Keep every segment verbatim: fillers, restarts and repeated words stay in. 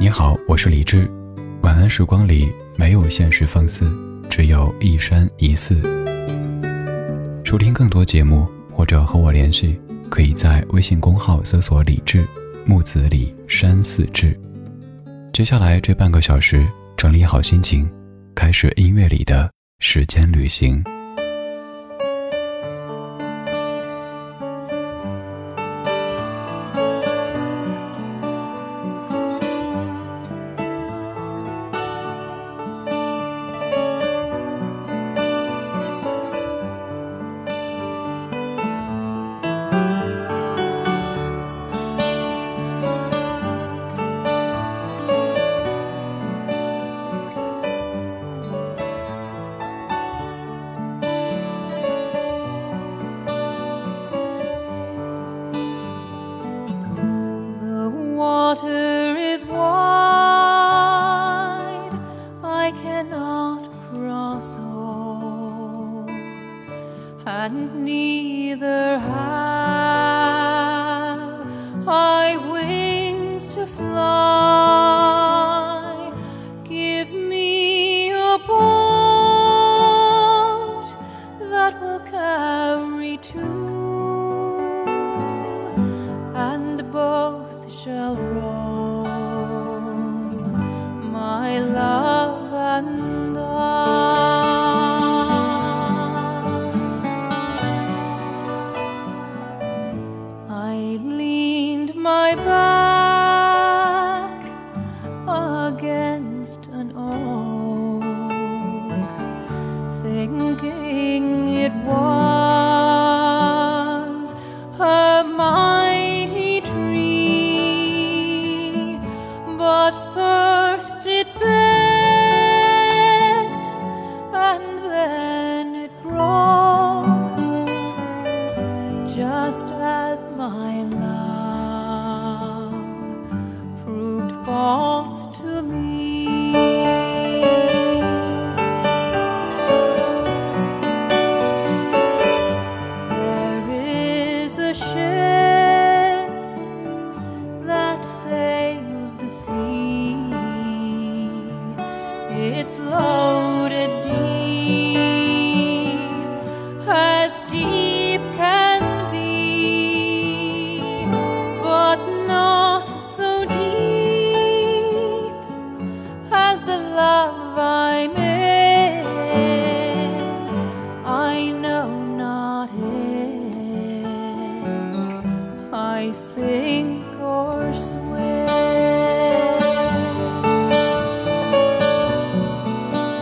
你好，我是李志。晚安时光里没有现实放肆，只有一山一寺。收听更多节目或者和我联系，可以在微信公号搜索李志，木子李，山寺志。接下来这半个小时，整理好心情，开始音乐里的时间旅行。 And neither have I wings to fly. Give me a boat that will carry two, and both shall row, my love and I. My back against an oak, thinking it was a mighty tree, but first it bent and then it broke, just as my love false to me. There is a ship that sails the sea. It's loaded deep, as deep can be, but not so deep the love I'm in. I know not if I sink or swim.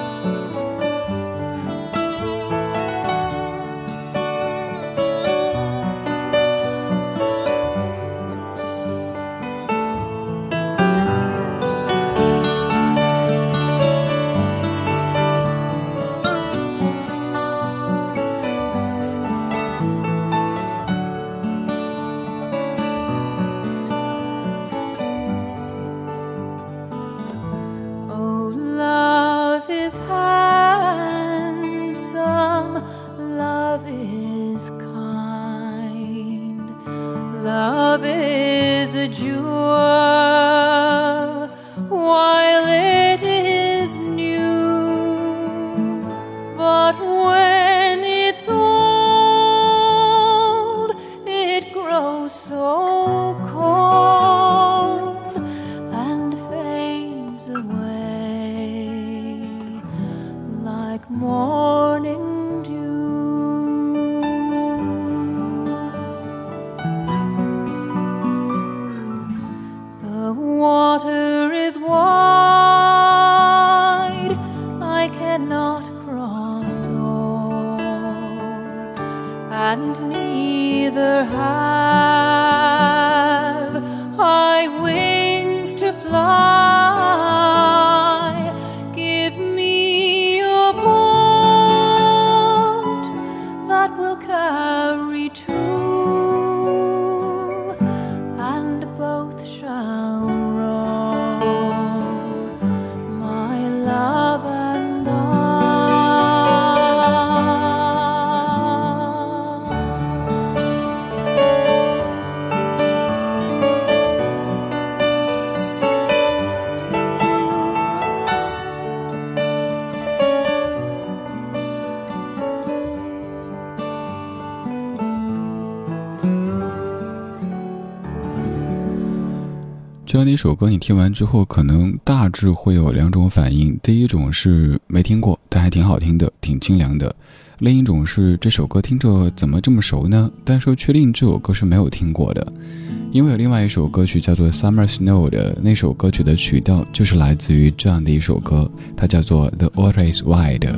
的一首歌你听完之后可能大致会有两种反应，第一种是没听过但还挺好听的，挺清凉的，另一种是这首歌听着怎么这么熟呢，但是确定这首歌是没有听过的。因为有另外一首歌曲叫做 Summer Snow 的，那首歌曲的曲调就是来自于这样的一首歌，它叫做 The Water is Wide。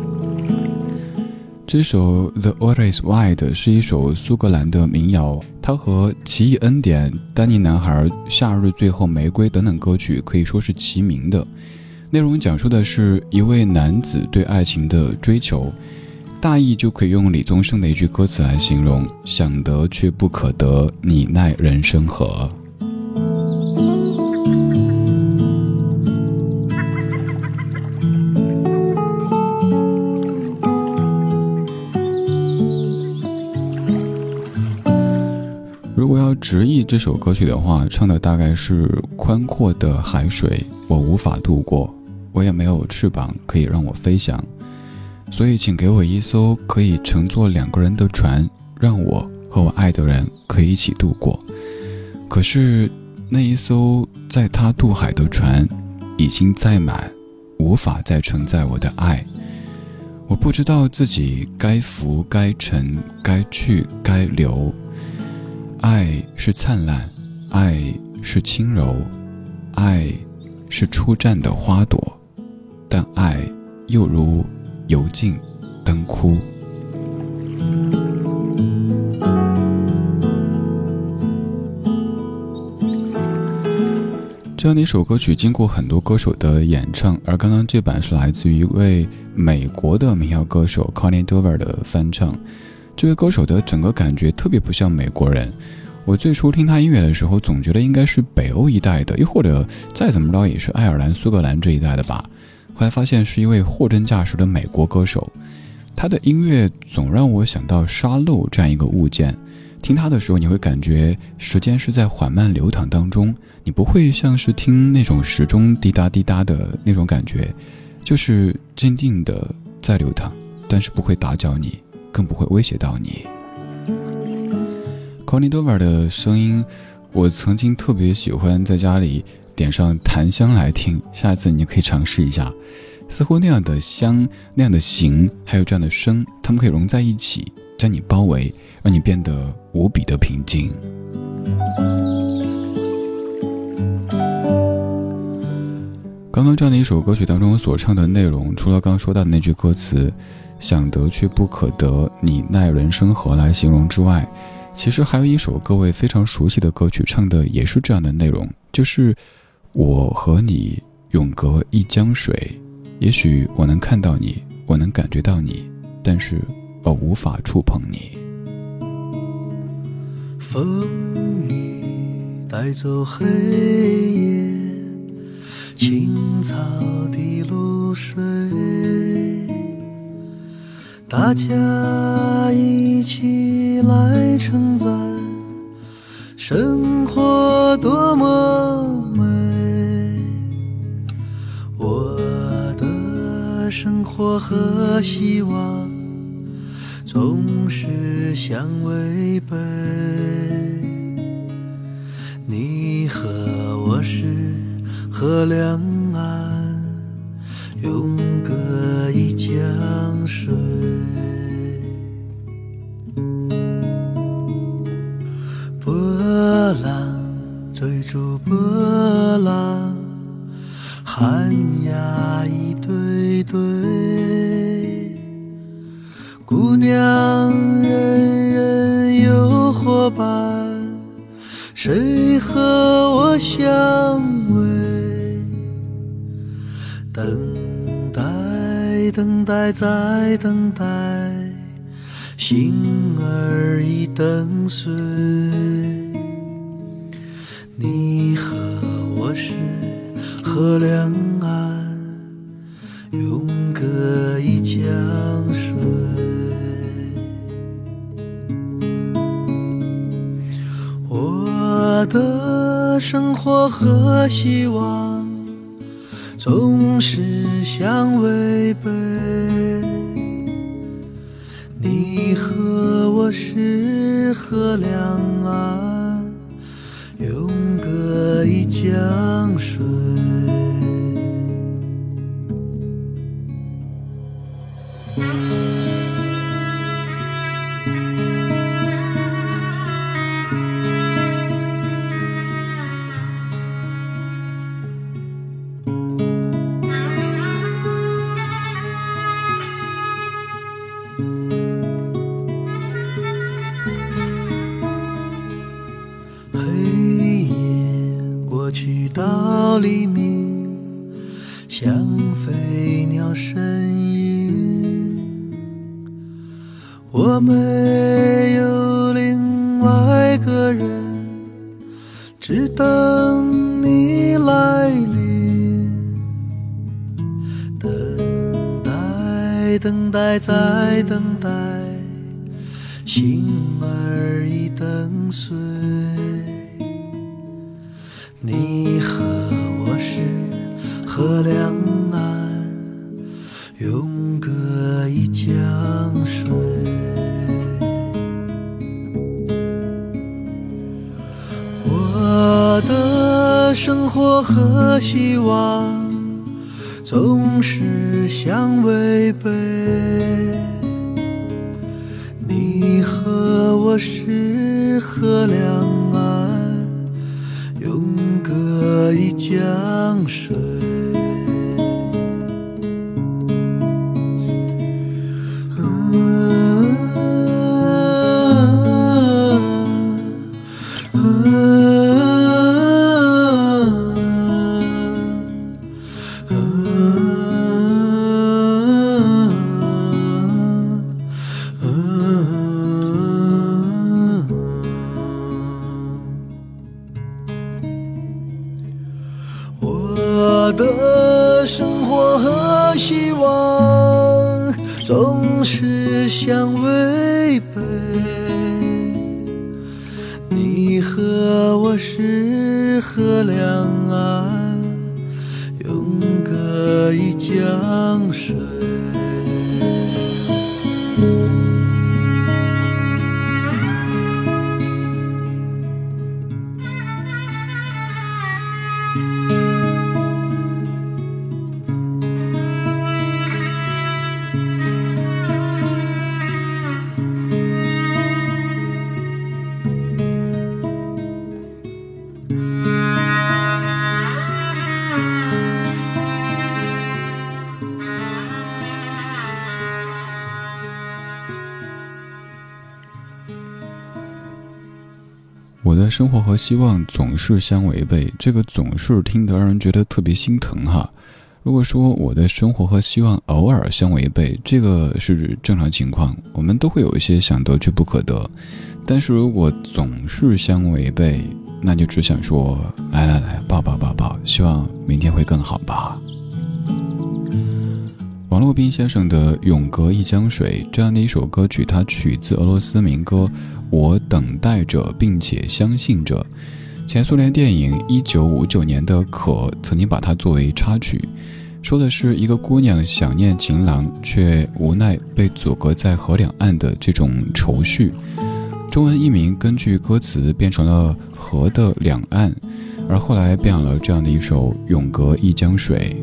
这首 The Water is Wide 是一首苏格兰的民谣，它和奇异恩典、丹尼男孩、夏日最后玫瑰等等歌曲可以说是齐名的。内容讲述的是一位男子对爱情的追求，大意就可以用李宗盛的一句歌词来形容：想得却不可得，你奈人生何。如果要直译这首歌曲的话，唱的大概是宽阔的海水我无法渡过，我也没有翅膀可以让我飞翔，所以请给我一艘可以乘坐两个人的船，让我和我爱的人可以一起渡过。可是那一艘载他渡海的船已经载满，无法再承载我的爱。我不知道自己该浮该沉，该去该留。爱是灿烂，爱是轻柔，爱是初绽的花朵，但爱又如油尽灯枯。这样的一首歌曲经过很多歌手的演唱，而刚刚这版是来自于一位美国的民谣歌手 Connie Dover 的翻唱。这位歌手的整个感觉特别不像美国人，我最初听他音乐的时候总觉得应该是北欧一带的，又或者再怎么着也是爱尔兰苏格兰这一带的吧，后来发现是一位货真价实的美国歌手。他的音乐总让我想到沙漏这样一个物件，听他的时候你会感觉时间是在缓慢流淌当中，你不会像是听那种时钟滴答滴答的那种感觉，就是静静的在流淌，但是不会打搅你，更不会威胁到你。Connie Dover 的声音我曾经特别喜欢在家里点上檀香来听，下次你可以尝试一下，似乎那样的香，那样的形，还有这样的声，它们可以融在一起，将你包围，让你变得无比的平静。刚刚这样的一首歌曲当中所唱的内容，除了刚说到的那句歌词想得却不可得，你奈人生何来形容之外，其实还有一首各位非常熟悉的歌曲唱的也是这样的内容，就是我和你永隔一江水，也许我能看到你，我能感觉到你，但是我无法触碰你。 风雨带走黑夜，青草的露水，大家一起来称赞生活多么美。我的生活和希望总是相违背，你和我是河两岸，永隔一江水。波浪追逐波浪，寒鸦一对对，姑娘人人有伙伴，谁和我相偎？等待等待再等待，心儿已等碎。你和我是河两岸，永隔一江水。我的生活和希望总是相违背，你和我是河两岸，永隔隔一江水。到黎明，像飞鸟呻吟，我没有另外个人，只等你来临。等待，等待，再等待，心儿已等碎。你和我是河两岸，永隔一江水。我的生活和希望总是相违背，你和我是河两岸，永隔一江水。我的生活和希望总是相违背，你和我是河两岸，永隔一江水。 我的生活和希望总是相违背，这个总是听得让人觉得特别心疼哈。如果说我的生活和希望偶尔相违背，这个是正常情况，我们都会有一些想得却不可得。但是如果总是相违背，那就只想说来来来，抱抱抱抱，希望明天会更好吧。王洛宾先生的《永隔一江水》这样的一首歌曲，它取自俄罗斯民歌我等待着并且相信着。前苏联电影一九五九年的《可》曾经把它作为插曲，说的是一个姑娘想念情郎，却无奈被阻隔在河两岸的这种愁绪。中文译名根据歌词变成了河的两岸，而后来变了这样的一首《永隔一江水》。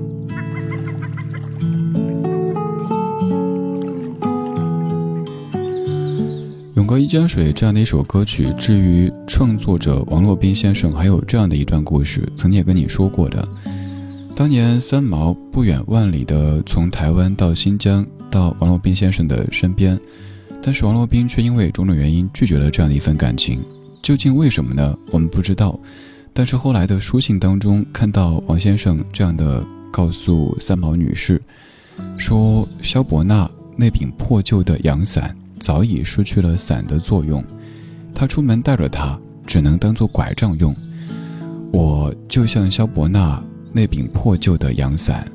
永隔一江水这样的一首歌曲，至于创作者王洛宾先生还有这样的一段故事，曾经也跟你说过的。当年三毛不远万里的从台湾到新疆到王洛宾先生的身边，但是王洛宾却因为种种原因拒绝了这样的一份感情，究竟为什么呢？我们不知道。但是后来的书信当中看到王先生这样的告诉三毛女士，说萧伯纳那柄破旧的阳伞早已失去了伞的作用，他出门带着它只能当作拐杖用，我就像萧伯纳那柄破旧的阳伞。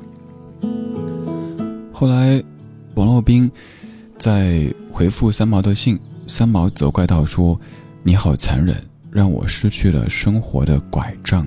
后来王洛宾在回复三毛的信，三毛责怪道说，你好残忍，让我失去了生活的拐杖。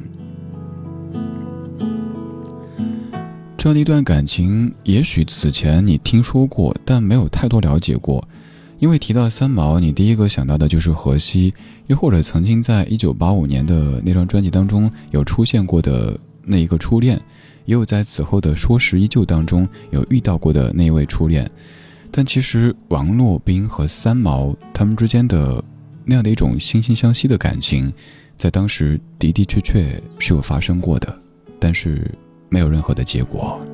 这样的一段感情，也许此前你听说过，但没有太多了解过， 因为提到三毛，你第一个想到的就是荷西，又或者曾经在一九八五年的那张专辑当中有出现过的那一个初恋，也有在此后的说时依旧当中有遇到过的那一位初恋。但其实王洛宾和三毛他们之间的那样的一种惺惺相惜的感情，在当时的的确确是有发生过的，但是没有任何的结果。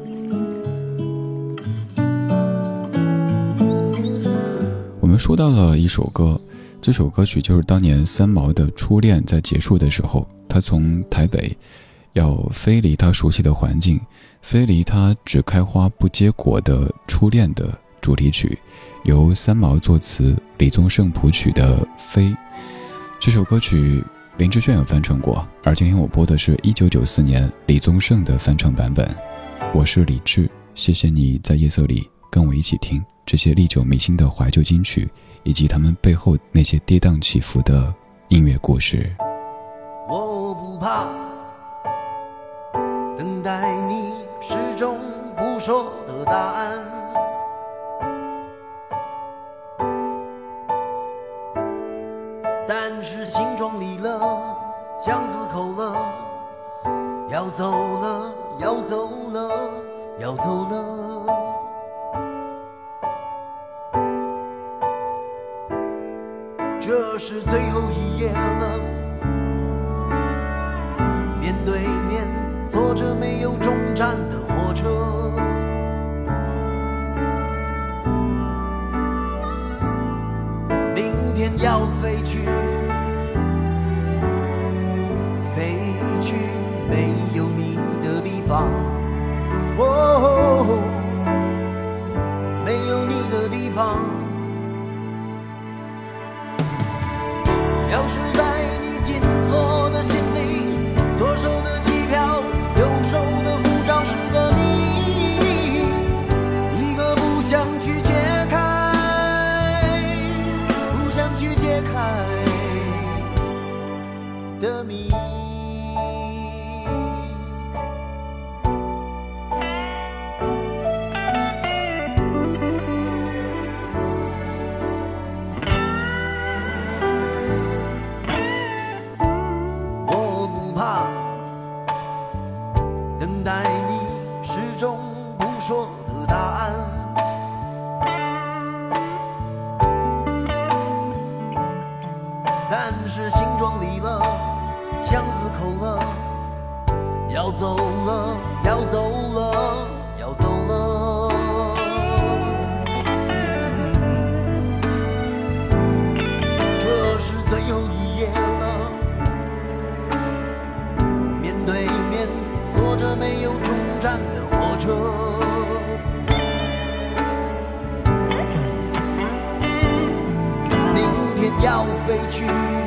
我们说到了一首歌，这首歌曲就是当年三毛的初恋在结束的时候，他从台北要飞离他熟悉的环境，飞离他只开花不结果的初恋的主题曲，由三毛作词，李宗盛谱曲的《飞》。这首歌曲林志炫有翻唱过，而今天我播的是一九九四年李宗盛的翻唱版本。我是李志，谢谢你在夜色里跟我一起听这些历久弥新的怀旧金曲，以及他们背后那些跌宕起伏的音乐故事。 我不怕等待你始终不说的答案，但是心装离了，巷子口了，要走了，要走了，要走了。这是最后一夜了，面对面坐着没有终站的火车，明天要飞去，飞去没有你的地方，哦，没有你的地方。钥匙在你紧锁的行李，左手的机票，右手的护照是个谜，一个不想去解开，不想去解开的谜。要走了，要走了，要走了。这是最后一夜了，面对面坐着没有终站的火车，明天要飞去。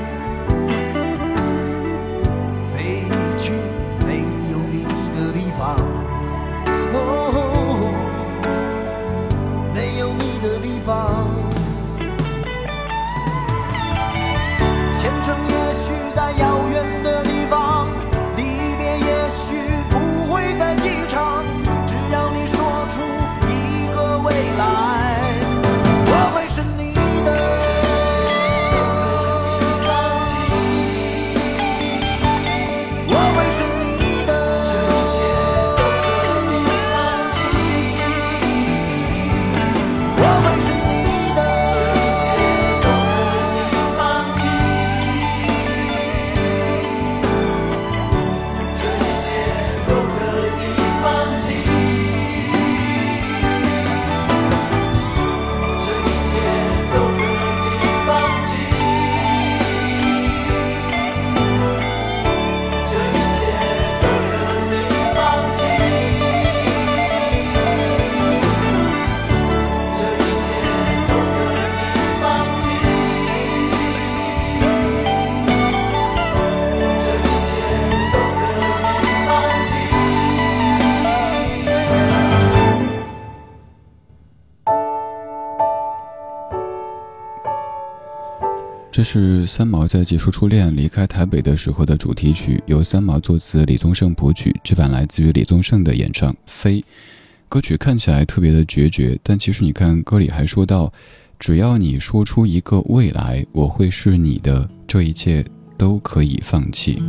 这是三毛在结束初恋离开台北的时候的主题曲，由三毛作词，李宗盛谱曲，这版来自于李宗盛的演唱《飞》。歌曲看起来特别的决绝，但其实你看歌里还说到， 只要你说出一个未来我会是你的，这一切都可以放弃。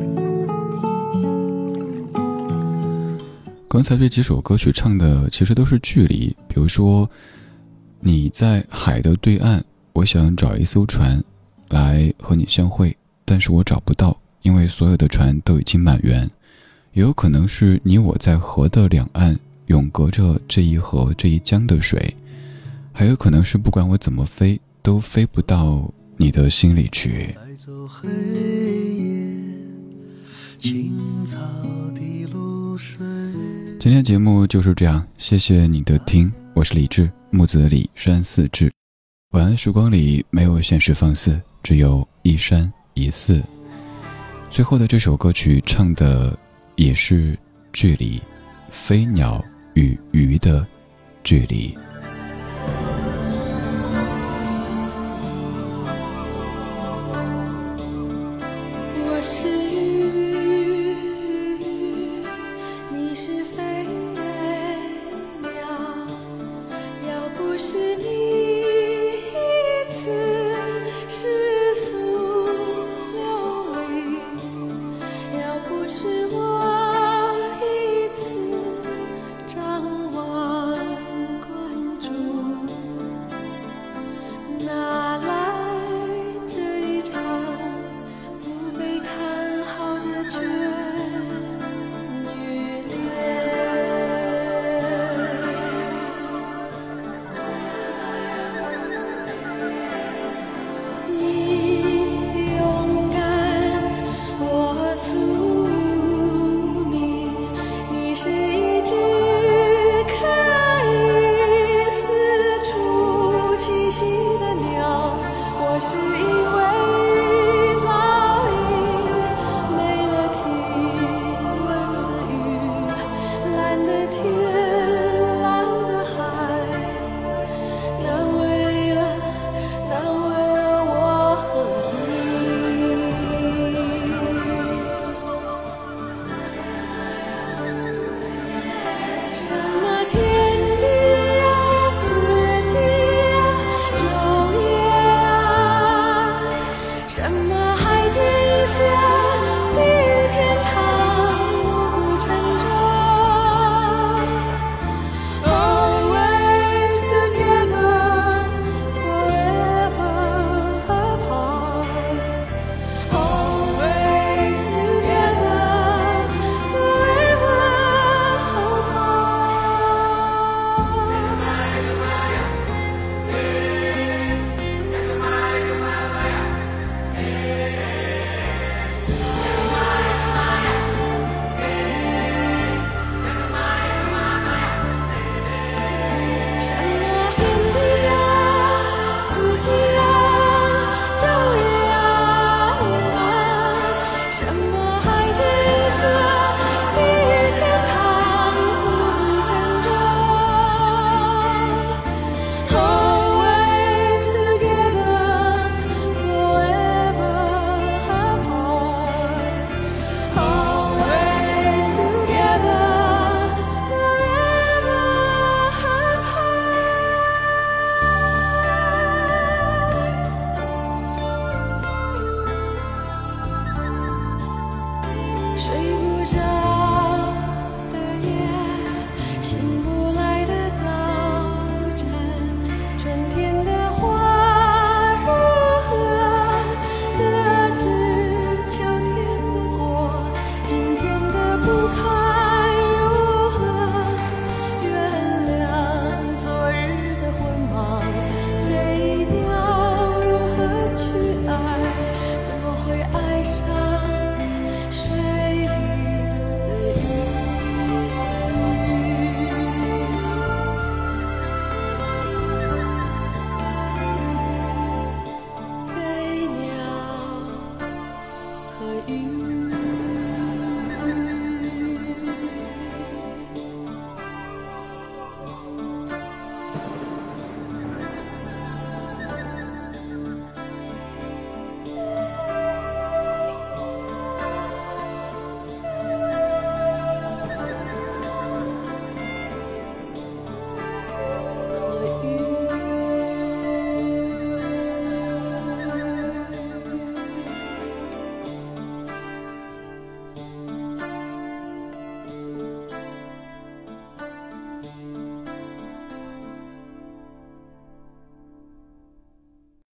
刚才这几首歌曲唱的其实都是距离，比如说你在海的对岸，我想找一艘船来和你相会，但是我找不到，因为所有的船都已经满员。也有可能是你我在河的两岸，永隔着这一河这一江的水，还有可能是不管我怎么飞都飞不到你的心里去。 带走黑夜青草的露水。 今天节目就是这样，谢谢你的听，我是李志，木子李，山寺志。晚安时光里没有现实放肆，只有一山一寺。最后的这首歌曲唱的也是距离，飞鸟与鱼的距离。 我是鱼，你是飞鸟，要不是你一次世俗流离，要不是我一次张望关注，哪来这一场不被看好的眷与恋？你勇敢，我宿命，你是